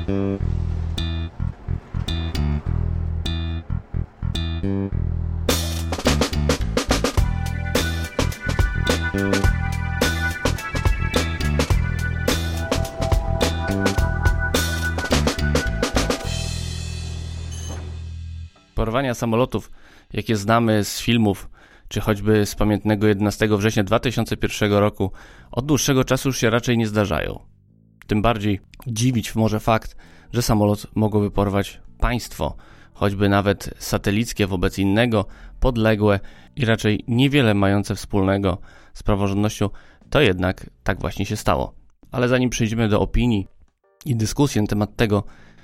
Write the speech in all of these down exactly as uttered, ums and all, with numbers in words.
Porwania samolotów, jakie znamy z filmów, czy choćby z pamiętnego jedenastego września dwa tysiące pierwszego roku, od dłuższego czasu już się raczej nie zdarzają. Tym bardziej dziwić może fakt, że samolot mogłoby porwać państwo, choćby nawet satelickie wobec innego, podległe i raczej niewiele mające wspólnego z praworządnością, to jednak tak właśnie się stało. Ale zanim przejdziemy do opinii i dyskusji na temat tego,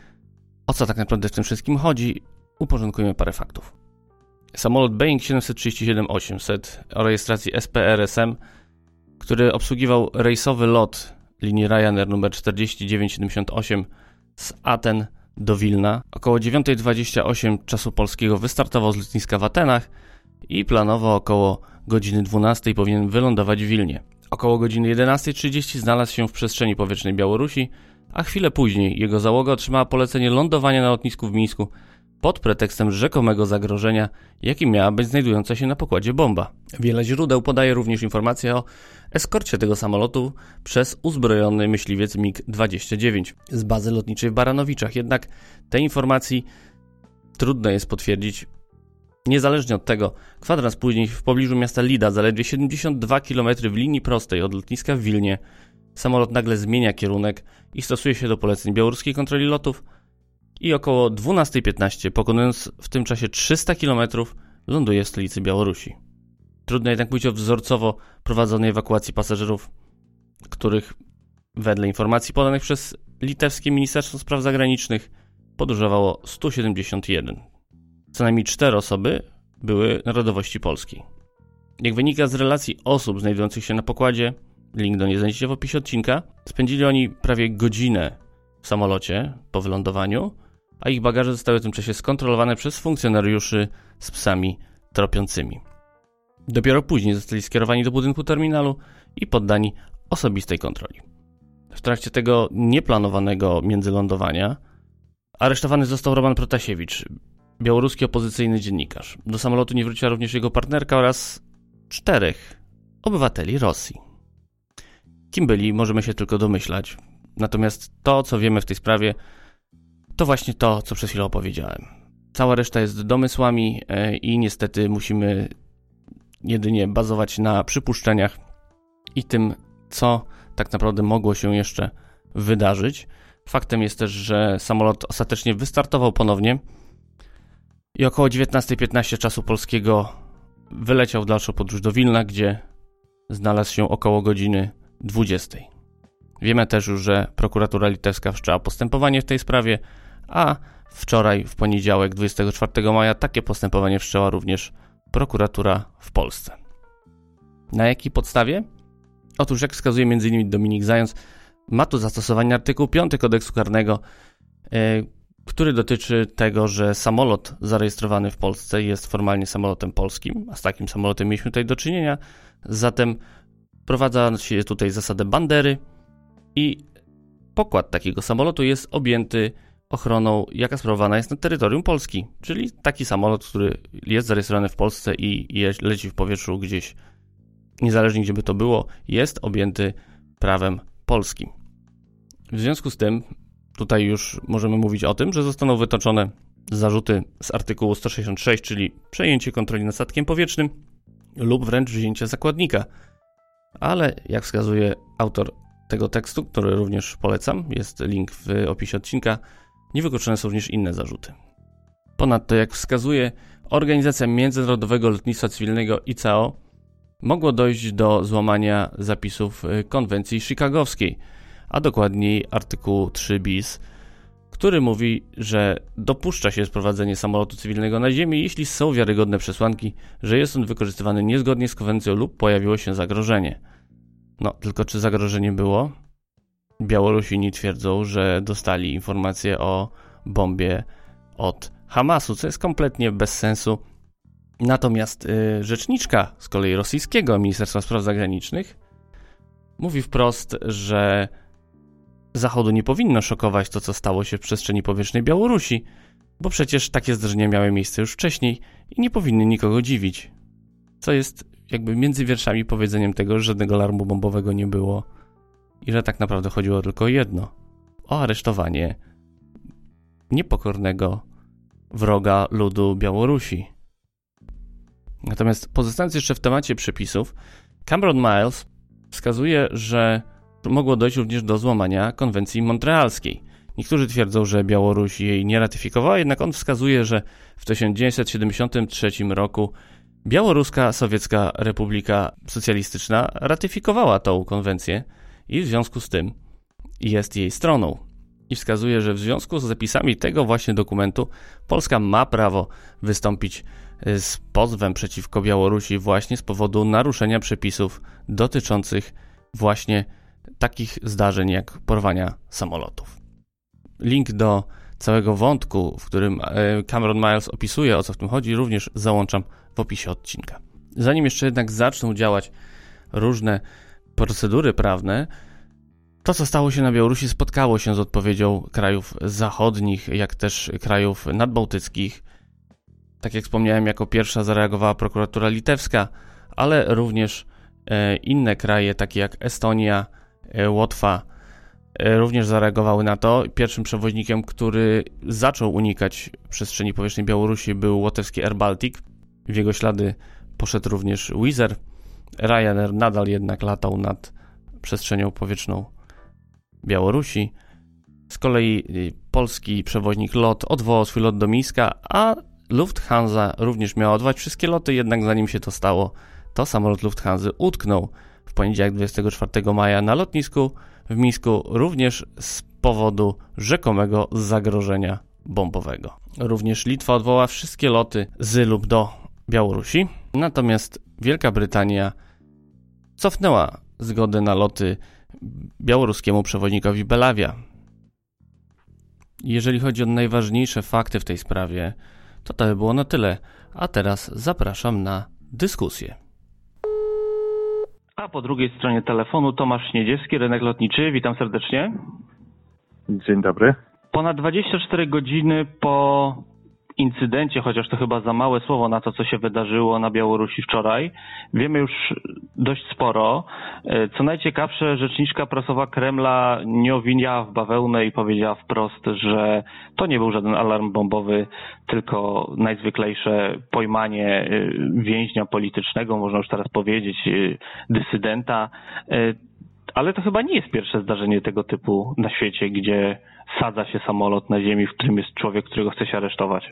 o co tak naprawdę w tym wszystkim chodzi, uporządkujmy parę faktów. Samolot Boeing siedemset trzydzieści siedem osiemset o rejestracji S P R S M, który obsługiwał rejsowy lot linii Ryanair numer czterdzieści dziewięć siedemdziesiąt osiem z Aten do Wilna. Około dziewiąta dwadzieścia osiem czasu polskiego wystartował z lotniska w Atenach i planowo około godziny dwunastej powinien wylądować w Wilnie. Około godziny jedenasta trzydzieści znalazł się w przestrzeni powietrznej Białorusi, a chwilę później jego załoga otrzymała polecenie lądowania na lotnisku w Mińsku pod pretekstem rzekomego zagrożenia, jakim miała być znajdująca się na pokładzie bomba. Wiele źródeł podaje również informacje o eskorcie tego samolotu przez uzbrojony myśliwiec mig dwadzieścia dziewięć z bazy lotniczej w Baranowiczach. Jednak tej informacji trudno jest potwierdzić. Niezależnie od tego, kwadrans później w pobliżu miasta Lida, zaledwie siedemdziesiąt dwa kilometry w linii prostej od lotniska w Wilnie, samolot nagle zmienia kierunek i stosuje się do poleceń białoruskiej kontroli lotów i około dwunasta piętnaście, pokonując w tym czasie trzysta kilometrów, ląduje w stolicy Białorusi. Trudno jednak mówić o wzorcowo prowadzonej ewakuacji pasażerów, których wedle informacji podanych przez litewskie Ministerstwo Spraw Zagranicznych podróżowało sto siedemdziesiąt jeden. Co najmniej cztery osoby były narodowości polskiej. Jak wynika z relacji osób znajdujących się na pokładzie, link do niej znajdziecie w opisie odcinka, spędzili oni prawie godzinę w samolocie po wylądowaniu, a ich bagaże zostały w tym czasie skontrolowane przez funkcjonariuszy z psami tropiącymi. Dopiero później zostali skierowani do budynku terminalu i poddani osobistej kontroli. W trakcie tego nieplanowanego międzylądowania aresztowany został Roman Protasiewicz, białoruski opozycyjny dziennikarz. Do samolotu nie wróciła również jego partnerka oraz czterech obywateli Rosji. Kim byli, możemy się tylko domyślać. Natomiast to, co wiemy w tej sprawie, to właśnie to, co przed chwilą opowiedziałem. Cała reszta jest domysłami i niestety musimy jedynie bazować na przypuszczeniach i tym, co tak naprawdę mogło się jeszcze wydarzyć. Faktem jest też, że samolot ostatecznie wystartował ponownie i około dziewiętnasta piętnaście czasu polskiego wyleciał w dalszą podróż do Wilna, gdzie znalazł się około godziny dwudziestej. Wiemy też już, że prokuratura litewska wszczęła postępowanie w tej sprawie, a wczoraj, w poniedziałek, dwudziestego czwartego maja, takie postępowanie wszczęła również prokuratura w Polsce. Na jakiej podstawie? Otóż, jak wskazuje między innymi Dominik Zając, ma tu zastosowanie artykuł piąty kodeksu karnego, yy, który dotyczy tego, że samolot zarejestrowany w Polsce jest formalnie samolotem polskim, a z takim samolotem mieliśmy tutaj do czynienia, zatem wprowadza się tutaj zasadę bandery i pokład takiego samolotu jest objęty ochroną, jaka sprawowana jest na terytorium Polski, czyli taki samolot, który jest zarejestrowany w Polsce i leci w powietrzu gdzieś, niezależnie gdzie by to było, jest objęty prawem polskim. W związku z tym tutaj już możemy mówić o tym, że zostaną wytoczone zarzuty z artykułu sto sześćdziesiąt sześć, czyli przejęcie kontroli nad statkiem powietrznym lub wręcz wzięcie zakładnika. Ale jak wskazuje autor tego tekstu, który również polecam, jest link w opisie odcinka, niewykluczone są również inne zarzuty. Ponadto, jak wskazuje Organizacja Międzynarodowego Lotnictwa Cywilnego I C A O, mogło dojść do złamania zapisów konwencji chicagowskiej, a dokładniej artykułu trzy bis, który mówi, że dopuszcza się sprowadzenie samolotu cywilnego na ziemię, jeśli są wiarygodne przesłanki, że jest on wykorzystywany niezgodnie z konwencją lub pojawiło się zagrożenie. No, tylko czy zagrożenie było? Białorusini twierdzą, że dostali informacje o bombie od Hamasu, co jest kompletnie bez sensu. Natomiast yy, rzeczniczka z kolei rosyjskiego Ministerstwa Spraw Zagranicznych mówi wprost, że Zachodu nie powinno szokować to, co stało się w przestrzeni powietrznej Białorusi, bo przecież takie zdarzenia miały miejsce już wcześniej i nie powinny nikogo dziwić. Co jest jakby między wierszami powiedzeniem tego, że żadnego alarmu bombowego nie było i że tak naprawdę chodziło tylko o jedno. O aresztowanie niepokornego wroga ludu Białorusi. Natomiast pozostając jeszcze w temacie przepisów, Cameron Miles wskazuje, że mogło dojść również do złamania konwencji montrealskiej. Niektórzy twierdzą, że Białoruś jej nie ratyfikowała, jednak on wskazuje, że w tysiąc dziewięćset siedemdziesiątym trzecim roku Białoruska Sowiecka Republika Socjalistyczna ratyfikowała tą konwencję i w związku z tym jest jej stroną. I wskazuje, że w związku z zapisami tego właśnie dokumentu Polska ma prawo wystąpić z pozwem przeciwko Białorusi właśnie z powodu naruszenia przepisów dotyczących właśnie takich zdarzeń jak porwania samolotów. Link do całego wątku, w którym Cameron Miles opisuje, o co w tym chodzi, również załączam w opisie odcinka. Zanim jeszcze jednak zaczną działać różne procedury prawne, to, co stało się na Białorusi, spotkało się z odpowiedzią krajów zachodnich, jak też krajów nadbałtyckich. Tak jak wspomniałem, jako pierwsza zareagowała prokuratura litewska, ale również inne kraje, takie jak Estonia, Łotwa, również zareagowały na to. Pierwszym przewoźnikiem, który zaczął unikać przestrzeni powietrznej Białorusi, był łotewski Air Baltic. W jego ślady poszedł również Wizz Air. Ryanair nadal jednak latał nad przestrzenią powietrzną Białorusi. Z kolei polski przewoźnik LOT odwołał swój lot do Mińska, a Lufthansa również miała odwołać wszystkie loty, jednak zanim się to stało, to samolot Lufthansa utknął w poniedziałek dwudziestego czwartego maja na lotnisku w Mińsku, również z powodu rzekomego zagrożenia bombowego. Również Litwa odwołała wszystkie loty z lub do Białorusi, natomiast Wielka Brytania cofnęła zgodę na loty białoruskiemu przewoźnikowi Belavia. Jeżeli chodzi o najważniejsze fakty w tej sprawie, to to by było na tyle, a teraz zapraszam na dyskusję. A po drugiej stronie telefonu Tomasz Śniedziewski, Rynek Lotniczy. Witam serdecznie. Dzień dobry. Ponad dwadzieścia cztery godziny po incydencie, chociaż to chyba za małe słowo na to, co się wydarzyło na Białorusi wczoraj, wiemy już dość sporo. Co najciekawsze, rzeczniczka prasowa Kremla nie owinęła w bawełnę i powiedziała wprost, że to nie był żaden alarm bombowy, tylko najzwyklejsze pojmanie więźnia politycznego, można już teraz powiedzieć, dysydenta. Ale to chyba nie jest pierwsze zdarzenie tego typu na świecie, gdzie sadza się samolot na ziemi, w którym jest człowiek, którego chce się aresztować.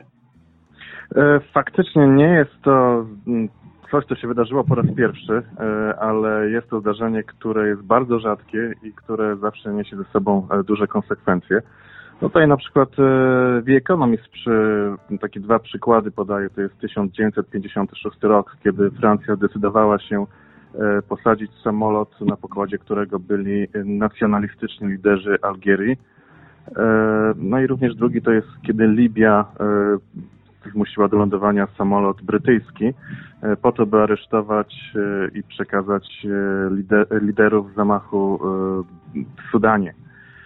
Faktycznie nie jest to coś, co się wydarzyło po raz pierwszy, ale jest to zdarzenie, które jest bardzo rzadkie i które zawsze niesie ze sobą duże konsekwencje. No tutaj na przykład The Economist przy, takie dwa przykłady podaje. To jest tysiąc dziewięćset pięćdziesiąty szósty rok, kiedy Francja zdecydowała się posadzić samolot, na pokładzie którego byli nacjonalistyczni liderzy Algierii. No i również drugi to jest, kiedy Libia zmusiła do lądowania samolot brytyjski po to, by aresztować i przekazać liderów zamachu w Sudanie.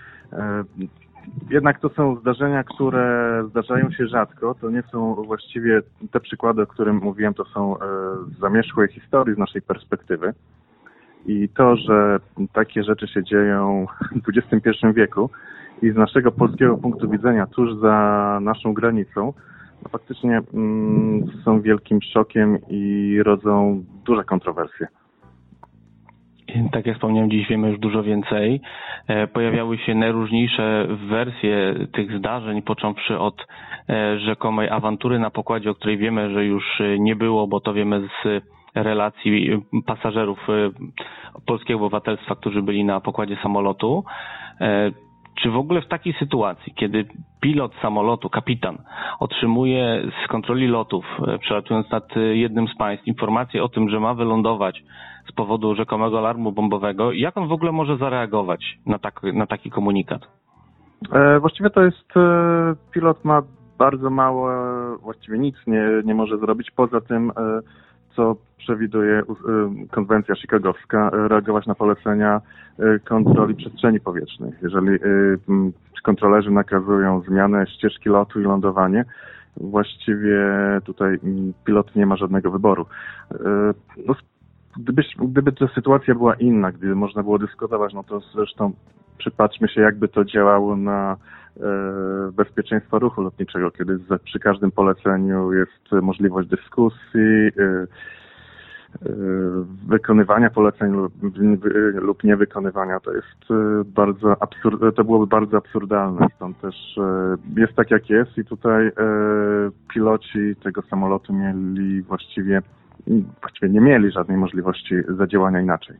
Jednak to są zdarzenia, które zdarzają się rzadko. To nie są właściwie te przykłady, o którym mówiłem, to są zamierzchłe historii z naszej perspektywy. I to, że takie rzeczy się dzieją w dwudziestym pierwszym wieku i z naszego polskiego punktu widzenia tuż za naszą granicą, no faktycznie mm, są wielkim szokiem i rodzą duże kontrowersje. Tak jak wspomniałem, dziś wiemy już dużo więcej. Pojawiały się najróżniejsze wersje tych zdarzeń, począwszy od rzekomej awantury na pokładzie, o której wiemy, że już nie było, bo to wiemy z relacji pasażerów polskiego obywatelstwa, którzy byli na pokładzie samolotu. Czy w ogóle w takiej sytuacji, kiedy pilot samolotu, kapitan, otrzymuje z kontroli lotów, przelatując nad jednym z państw, informację o tym, że ma wylądować z powodu rzekomego alarmu bombowego, jak on w ogóle może zareagować na, tak, na taki komunikat? E, właściwie to jest, e, pilot ma bardzo mało, właściwie nic nie, nie może zrobić, poza tym, e, co przewiduje konwencja chicagowska, reagować na polecenia kontroli przestrzeni powietrznej. Jeżeli kontrolerzy nakazują zmianę ścieżki lotu i lądowanie, właściwie tutaj pilot nie ma żadnego wyboru. No, gdyby, gdyby ta sytuacja była inna, gdyby można było dyskutować, no to zresztą przypatrzmy się, jakby to działało na bezpieczeństwo ruchu lotniczego, kiedy przy każdym poleceniu jest możliwość dyskusji, wykonywania poleceń lub niewykonywania. To jest bardzo absurd, to byłoby bardzo absurdalne. Stąd też jest tak, jak jest i tutaj piloci tego samolotu mieli właściwie, właściwie nie mieli żadnej możliwości zadziałania inaczej.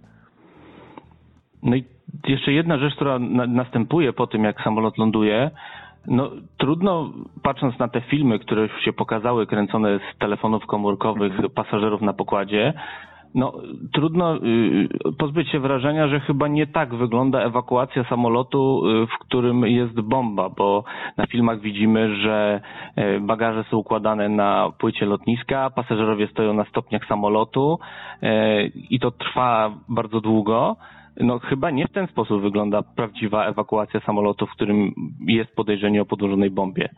No i jeszcze jedna rzecz, która na, następuje po tym, jak samolot ląduje. No trudno, patrząc na te filmy, które się pokazały, kręcone z telefonów komórkowych pasażerów na pokładzie, no trudno y, pozbyć się wrażenia, że chyba nie tak wygląda ewakuacja samolotu, y, w którym jest bomba, bo na filmach widzimy, że y, bagaże są układane na płycie lotniska, pasażerowie stoją na stopniach samolotu y, i to trwa bardzo długo. No chyba nie w ten sposób wygląda prawdziwa ewakuacja samolotu, w którym jest podejrzenie o podłożonej bombie.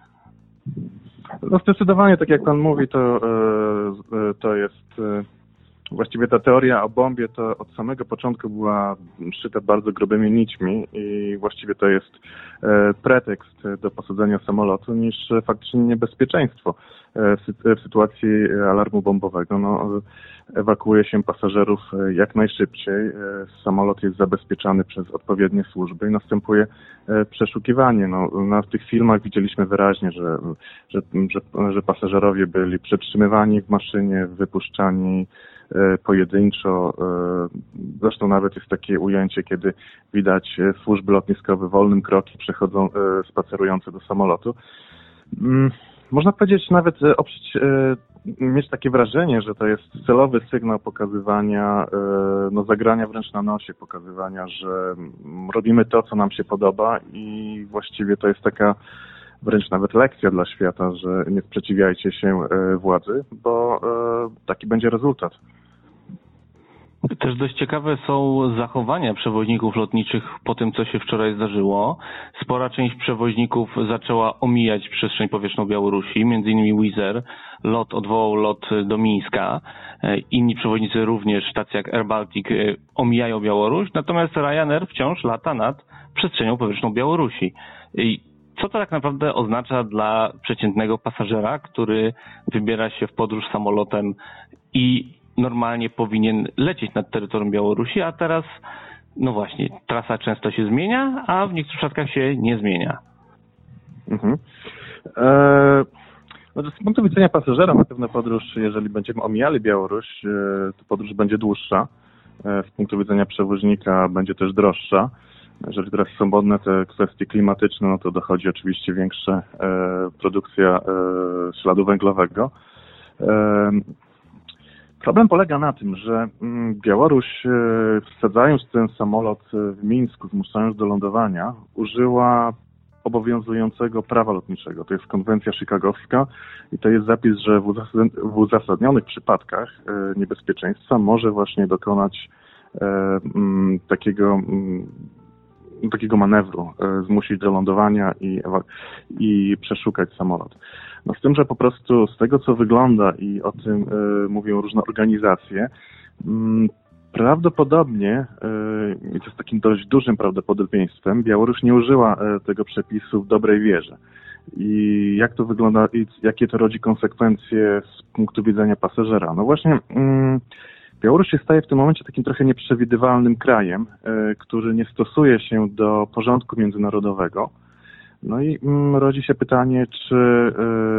No zdecydowanie, tak jak pan mówi, to, to jest właściwie ta teoria o bombie to od samego początku była szyta bardzo grubymi nićmi i właściwie to jest pretekst do posadzenia samolotu niż faktycznie niebezpieczeństwo. W sytuacji alarmu bombowego no, ewakuuje się pasażerów jak najszybciej, samolot jest zabezpieczany przez odpowiednie służby i następuje przeszukiwanie. No, na tych filmach widzieliśmy wyraźnie, że, że, że, że pasażerowie byli przetrzymywani w maszynie, wypuszczani pojedynczo. Zresztą nawet jest takie ujęcie, kiedy widać służby lotniskowe wolnym krokiem przechodzą, spacerujące do samolotu. Można powiedzieć, nawet oprzeć, mieć takie wrażenie, że to jest celowy sygnał pokazywania, no zagrania wręcz na nosie, pokazywania, że robimy to, co nam się podoba i właściwie to jest taka wręcz nawet lekcja dla świata, że nie sprzeciwiajcie się władzy, bo taki będzie rezultat. Też dość ciekawe są zachowania przewoźników lotniczych po tym, co się wczoraj zdarzyło. Spora część przewoźników zaczęła omijać przestrzeń powietrzną Białorusi, między innymi Wizz Air. LOT odwołał lot do Mińska. Inni przewoźnicy również, tacy jak Air Baltic, omijają Białoruś, natomiast Ryanair wciąż lata nad przestrzenią powietrzną Białorusi. I co to tak naprawdę oznacza dla przeciętnego pasażera, który wybiera się w podróż samolotem i normalnie powinien lecieć nad terytorium Białorusi, a teraz, no właśnie, trasa często się zmienia, a w niektórych przypadkach się nie zmienia. Mhm. Eee, no z punktu widzenia pasażera na pewno podróż, jeżeli będziemy omijali Białoruś, to podróż będzie dłuższa. Z punktu widzenia przewoźnika będzie też droższa. Jeżeli teraz są modne te kwestie klimatyczne, no to dochodzi oczywiście większa e, produkcja e, śladu węglowego. E, Problem polega na tym, że Białoruś, wsadzając ten samolot w Mińsku, zmuszając do lądowania, użyła obowiązującego prawa lotniczego. To jest konwencja chicagowska i to jest zapis, że w uzasadnionych przypadkach niebezpieczeństwa może właśnie dokonać takiego, takiego manewru, zmusić do lądowania i, i przeszukać samolot. No z tym, że po prostu z tego, co wygląda i o tym y, mówią różne organizacje, y, prawdopodobnie, y, i to jest takim dość dużym prawdopodobieństwem, Białoruś nie użyła y, tego przepisu w dobrej wierze. I jak to wygląda, i jakie to rodzi konsekwencje z punktu widzenia pasażera? No właśnie, y, Białoruś się staje w tym momencie takim trochę nieprzewidywalnym krajem, y, który nie stosuje się do porządku międzynarodowego. No i mm, rodzi się pytanie, czy y,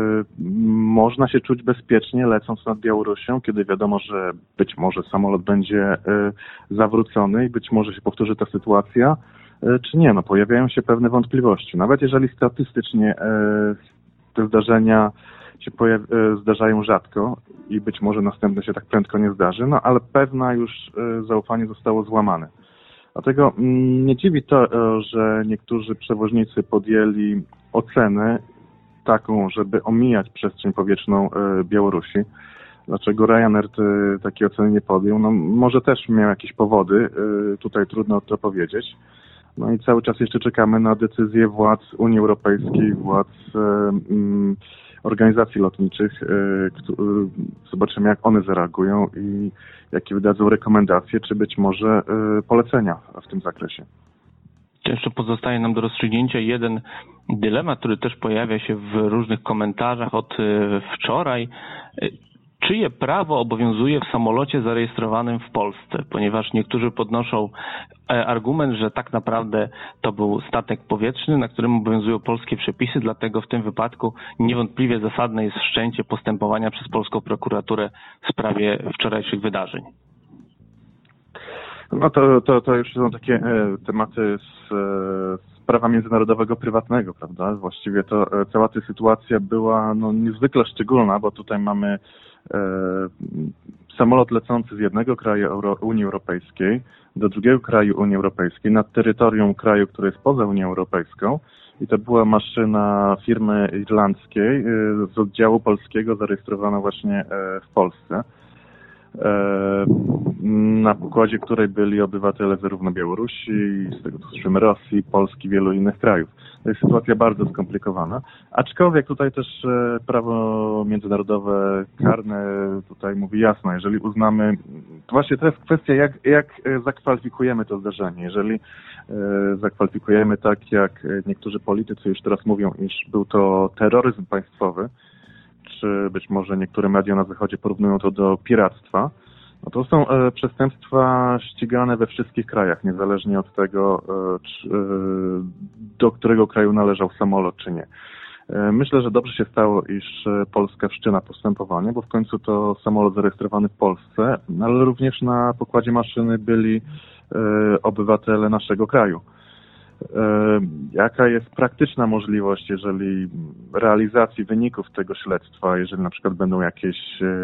można się czuć bezpiecznie lecąc nad Białorusią, kiedy wiadomo, że być może samolot będzie y, zawrócony i być może się powtórzy ta sytuacja, y, czy nie. No pojawiają się pewne wątpliwości. Nawet jeżeli statystycznie y, te zdarzenia się pojawi- y, zdarzają rzadko i być może następne się tak prędko nie zdarzy, no ale pewne już y, zaufanie zostało złamane. Dlatego nie dziwi to, że niektórzy przewoźnicy podjęli ocenę taką, żeby omijać przestrzeń powietrzną Białorusi. Dlaczego Ryanair takiej oceny nie podjął? No może też miał jakieś powody, tutaj trudno to powiedzieć. No i cały czas jeszcze czekamy na decyzję władz Unii Europejskiej, władz um, organizacji lotniczych. Zobaczymy, jak one zareagują i jakie wydadzą rekomendacje, czy być może polecenia w tym zakresie. Jeszcze pozostaje nam do rozstrzygnięcia jeden dylemat, który też pojawia się w różnych komentarzach od wczoraj. Czyje prawo obowiązuje w samolocie zarejestrowanym w Polsce? Ponieważ niektórzy podnoszą argument, że tak naprawdę to był statek powietrzny, na którym obowiązują polskie przepisy, dlatego w tym wypadku niewątpliwie zasadne jest wszczęcie postępowania przez polską prokuraturę w sprawie wczorajszych wydarzeń. No to, to, to już są takie e, tematy z, e, z prawa międzynarodowego prywatnego, prawda? Właściwie to e, cała ta sytuacja była no, niezwykle szczególna, bo tutaj mamy e, samolot lecący z jednego kraju Euro, Unii Europejskiej do drugiego kraju Unii Europejskiej nad terytorium kraju, który jest poza Unią Europejską. I to była maszyna firmy irlandzkiej e, z oddziału polskiego zarejestrowana właśnie e, w Polsce, na pokładzie której byli obywatele zarówno Białorusi, z tego co słyszymy Rosji, Polski, wielu innych krajów. To jest sytuacja bardzo skomplikowana, aczkolwiek tutaj też prawo międzynarodowe, karne tutaj mówi jasno, jeżeli uznamy, to właśnie to jest kwestia jak, jak zakwalifikujemy to zdarzenie. Jeżeli zakwalifikujemy tak, jak niektórzy politycy już teraz mówią, iż był to terroryzm państwowy, czy być może niektóre media na Zachodzie porównują to do piractwa, no to są e, przestępstwa ścigane we wszystkich krajach, niezależnie od tego, e, czy, e, do którego kraju należał samolot, czy nie. E, myślę, że dobrze się stało, iż Polska wszczyna postępowanie, bo w końcu to samolot zarejestrowany w Polsce, ale również na pokładzie maszyny byli e, obywatele naszego kraju. Jaka jest praktyczna możliwość, jeżeli realizacji wyników tego śledztwa, jeżeli na przykład będą jakieś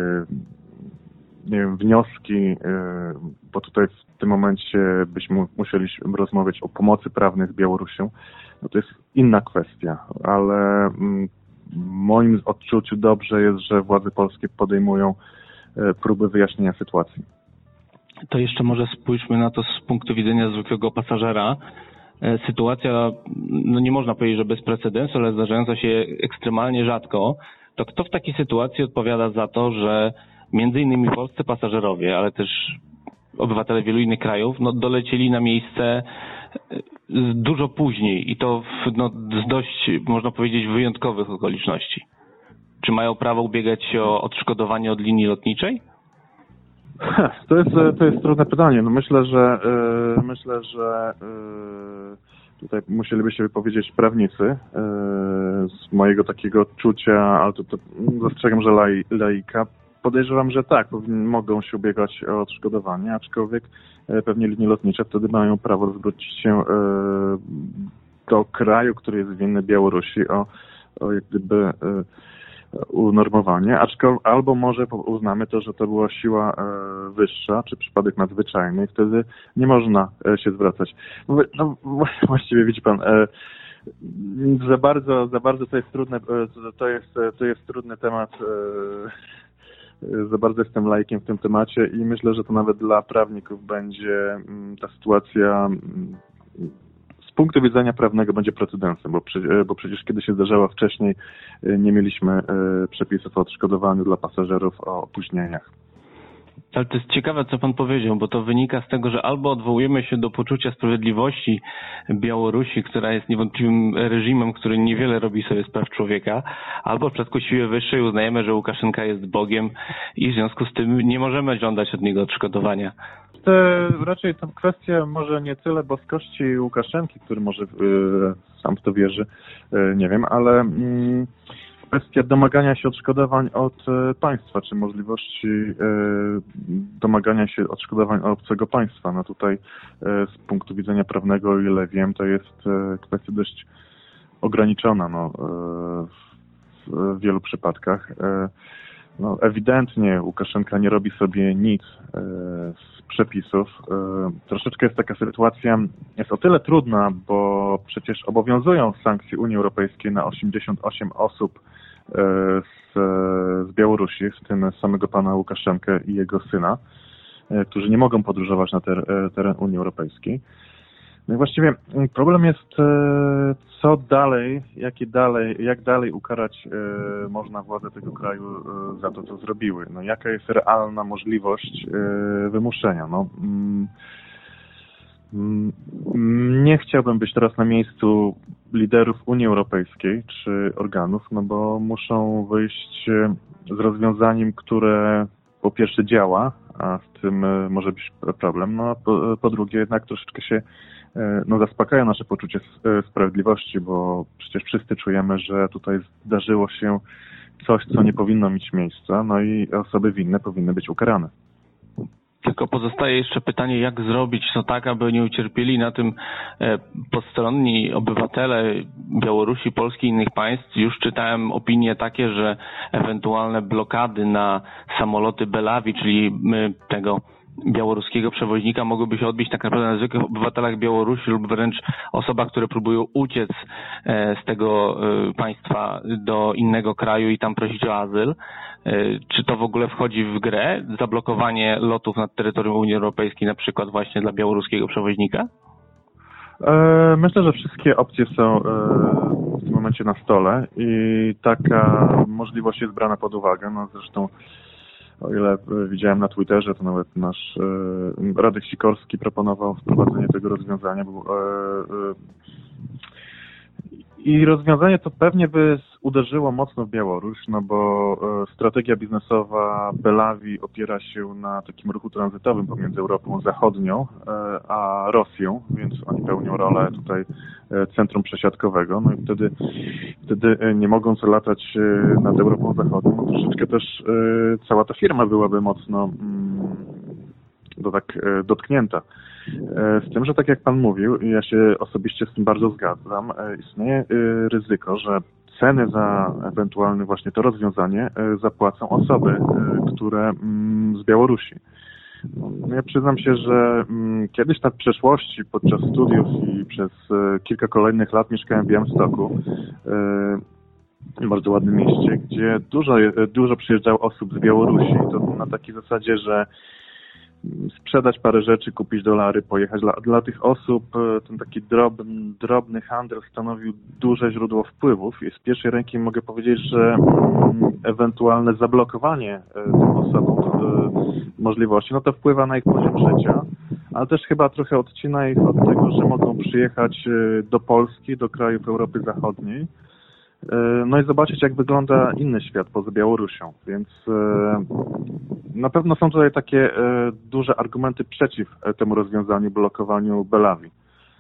nie wiem, wnioski, bo tutaj w tym momencie byśmy musieli rozmawiać o pomocy prawnej z Białorusią, no to jest inna kwestia, ale w moim odczuciu dobrze jest, że władze polskie podejmują próby wyjaśnienia sytuacji. To jeszcze może spójrzmy na to z punktu widzenia zwykłego pasażera. Sytuacja, no nie można powiedzieć, że bez precedensu, ale zdarzająca się ekstremalnie rzadko, to kto w takiej sytuacji odpowiada za to, że między innymi polscy pasażerowie, ale też obywatele wielu innych krajów, no dolecieli na miejsce dużo później i to w, no, z dość, można powiedzieć, wyjątkowych okoliczności. Czy mają prawo ubiegać się o odszkodowanie od linii lotniczej? To jest, to jest trudne pytanie. No myślę, że yy, myślę, że yy, tutaj musieliby się wypowiedzieć prawnicy. Yy, z mojego takiego odczucia, ale to, to zastrzegam, że lai, laika, podejrzewam, że tak, mogą się ubiegać o odszkodowanie, aczkolwiek yy, pewnie linie lotnicze wtedy mają prawo zwrócić się yy, do kraju, który jest winny, Białorusi, o, o jak gdyby yy, unormowanie, aczkolwiek albo może uznamy to, że to była siła e, wyższa, czy przypadek nadzwyczajny i wtedy nie można e, się zwracać. No, właściwie widzi pan, e, za bardzo, za bardzo to jest trudne, e, to jest, to jest trudny temat, e, za bardzo jestem laikiem w tym temacie i myślę, że to nawet dla prawników będzie m, ta sytuacja m, z punktu widzenia prawnego będzie precedensem, bo, bo przecież kiedy się zdarzała wcześniej, nie mieliśmy przepisów o odszkodowaniu dla pasażerów o opóźnieniach. Ale to jest ciekawe, co pan powiedział, bo to wynika z tego, że albo odwołujemy się do poczucia sprawiedliwości Białorusi, która jest niewątpliwym reżimem, który niewiele robi sobie z praw człowieka, albo w przypadku siły wyższej uznajemy, że Łukaszenka jest Bogiem i w związku z tym nie możemy żądać od niego odszkodowania. To raczej ta kwestia może nie tyle boskości Łukaszenki, który może yy, sam w to wierzy, yy, nie wiem, ale yy, kwestia domagania się odszkodowań od y, państwa, czy możliwości y, domagania się odszkodowań od obcego państwa. No tutaj y, z punktu widzenia prawnego, o ile wiem, to jest y, kwestia dość ograniczona no, y, w, w wielu przypadkach. Y, no, ewidentnie Łukaszenka nie robi sobie nic y, z przepisów. Y, troszeczkę jest taka sytuacja, jest o tyle trudna, bo przecież obowiązują sankcje Unii Europejskiej na osiemdziesiąt osiem osób z, z Białorusi, w tym samego pana Łukaszenkę i jego syna, którzy nie mogą podróżować na ter, teren Unii Europejskiej. No i właściwie problem jest, co dalej, jakie dalej, jak dalej ukarać można władze tego kraju za to, co zrobiły. No, jaka jest realna możliwość wymuszenia? No, nie chciałbym być teraz na miejscu liderów Unii Europejskiej czy organów, no bo muszą wyjść z rozwiązaniem, które po pierwsze działa, a z tym może być problem, no a po, po drugie jednak troszeczkę się no, zaspokaja nasze poczucie sprawiedliwości, bo przecież wszyscy czujemy, że tutaj zdarzyło się coś, co nie powinno mieć miejsca, no i osoby winne powinny być ukarane. Tylko pozostaje jeszcze pytanie, jak zrobić to tak, aby nie ucierpieli na tym postronni obywatele Białorusi, Polski i innych państw. Już czytałem opinie takie, że ewentualne blokady na samoloty Belavii, czyli tego białoruskiego przewoźnika, mogłyby się odbić tak naprawdę na zwykłych obywatelach Białorusi lub wręcz osobach, które próbują uciec z tego państwa do innego kraju i tam prosić o azyl. Czy to w ogóle wchodzi w grę? Zablokowanie lotów nad terytorium Unii Europejskiej, na przykład właśnie dla białoruskiego przewoźnika? Myślę, że wszystkie opcje są w tym momencie na stole i taka możliwość jest brana pod uwagę. No zresztą o ile widziałem na Twitterze, to nawet nasz e, Radek Sikorski proponował wprowadzenie tego rozwiązania. Był, e, e, I rozwiązanie to pewnie by uderzyło mocno w Białoruś, no bo e, strategia biznesowa Belavii opiera się na takim ruchu tranzytowym pomiędzy Europą Zachodnią e, a Rosją, więc oni pełnią rolę tutaj e, centrum przesiadkowego. No i wtedy, wtedy nie mogąc latać e, nad Europą Zachodnią, no troszeczkę też e, cała ta firma byłaby mocno mm, do tak e, dotknięta. Z tym, że tak jak Pan mówił, i ja się osobiście z tym bardzo zgadzam, istnieje ryzyko, że ceny za ewentualne właśnie to rozwiązanie zapłacą osoby, które z Białorusi. Ja przyznam się, że kiedyś na przeszłości podczas studiów i przez kilka kolejnych lat mieszkałem w Białymstoku, bardzo ładnym mieście, gdzie dużo, dużo przyjeżdżało osób z Białorusi. To na takiej zasadzie, że sprzedać parę rzeczy, kupić dolary, pojechać. Dla, dla tych osób ten taki drobny, drobny handel stanowił duże źródło wpływów i z pierwszej ręki mogę powiedzieć, że ewentualne zablokowanie tym osobom możliwości, no to wpływa na ich poziom życia, ale też chyba trochę odcina ich od tego, że mogą przyjechać do Polski, do krajów Europy Zachodniej, no i zobaczyć, jak wygląda inny świat poza Białorusią. Więc na pewno są tutaj takie duże argumenty przeciw temu rozwiązaniu, blokowaniu Belavii.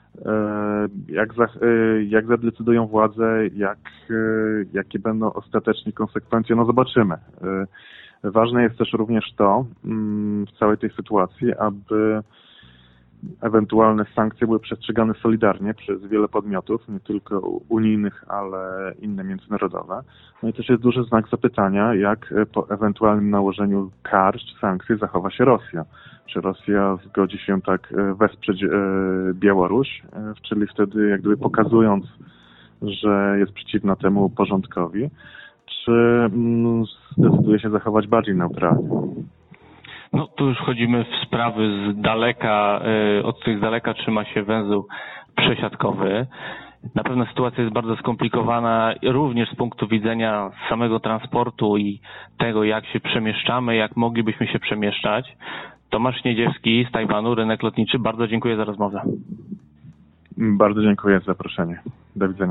Jak, za, jak zadecydują władze, jak, jakie będą ostatecznie konsekwencje, no zobaczymy. Ważne jest też również to w całej tej sytuacji, aby ewentualne sankcje były przestrzegane solidarnie przez wiele podmiotów, nie tylko unijnych, ale inne międzynarodowe. No i też jest duży znak zapytania, jak po ewentualnym nałożeniu kar czy sankcji zachowa się Rosja. Czy Rosja zgodzi się tak wesprzeć Białoruś, czyli wtedy jak gdyby pokazując, że jest przeciwna temu porządkowi, czy zdecyduje się zachować bardziej neutralnie. No tu już wchodzimy w sprawy z daleka, od których z daleka trzyma się węzeł przesiadkowy. Na pewno sytuacja jest bardzo skomplikowana również z punktu widzenia samego transportu i tego, jak się przemieszczamy, jak moglibyśmy się przemieszczać. Tomasz Niedziewski z Tajwanu, Rynek Lotniczy. Bardzo dziękuję za rozmowę. Bardzo dziękuję za zaproszenie. Do widzenia.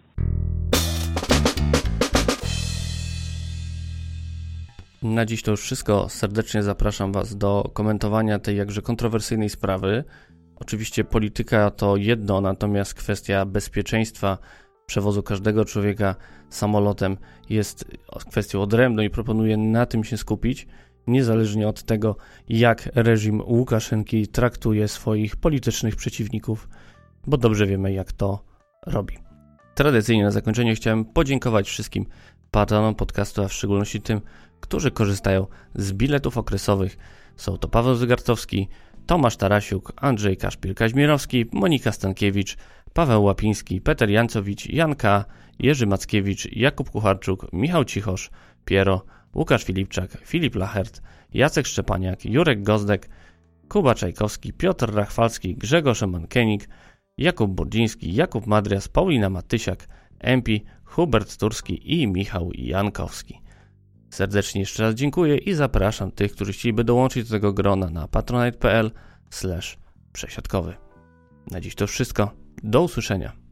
Na dziś to już wszystko. Serdecznie zapraszam Was do komentowania tej jakże kontrowersyjnej sprawy. Oczywiście polityka to jedno, natomiast kwestia bezpieczeństwa przewozu każdego człowieka samolotem jest kwestią odrębną i proponuję na tym się skupić, niezależnie od tego, jak reżim Łukaszenki traktuje swoich politycznych przeciwników, bo dobrze wiemy, jak to robi. Tradycyjnie na zakończenie chciałem podziękować wszystkim patronom podcastu, a w szczególności tym, którzy korzystają z biletów okresowych. Są to Paweł Zygartowski, Tomasz Tarasiuk, Andrzej Kaszpil-Kaźmierowski, Monika Stankiewicz, Paweł Łapiński, Peter Jancowicz, Jan K., Jerzy Mackiewicz, Jakub Kucharczuk, Michał Cichosz, Piero, Łukasz Filipczak, Filip Lachert, Jacek Szczepaniak, Jurek Gozdek, Kuba Czajkowski, Piotr Rachwalski, Grzegorz Mankenik, Jakub Burdziński, Jakub Madrias, Paulina Matysiak, Empi, Hubert Turski i Michał Jankowski. Serdecznie jeszcze raz dziękuję i zapraszam tych, którzy chcieliby dołączyć do tego grona na patronite kropka pl slash przesiadkowy. Na dziś to wszystko. Do usłyszenia.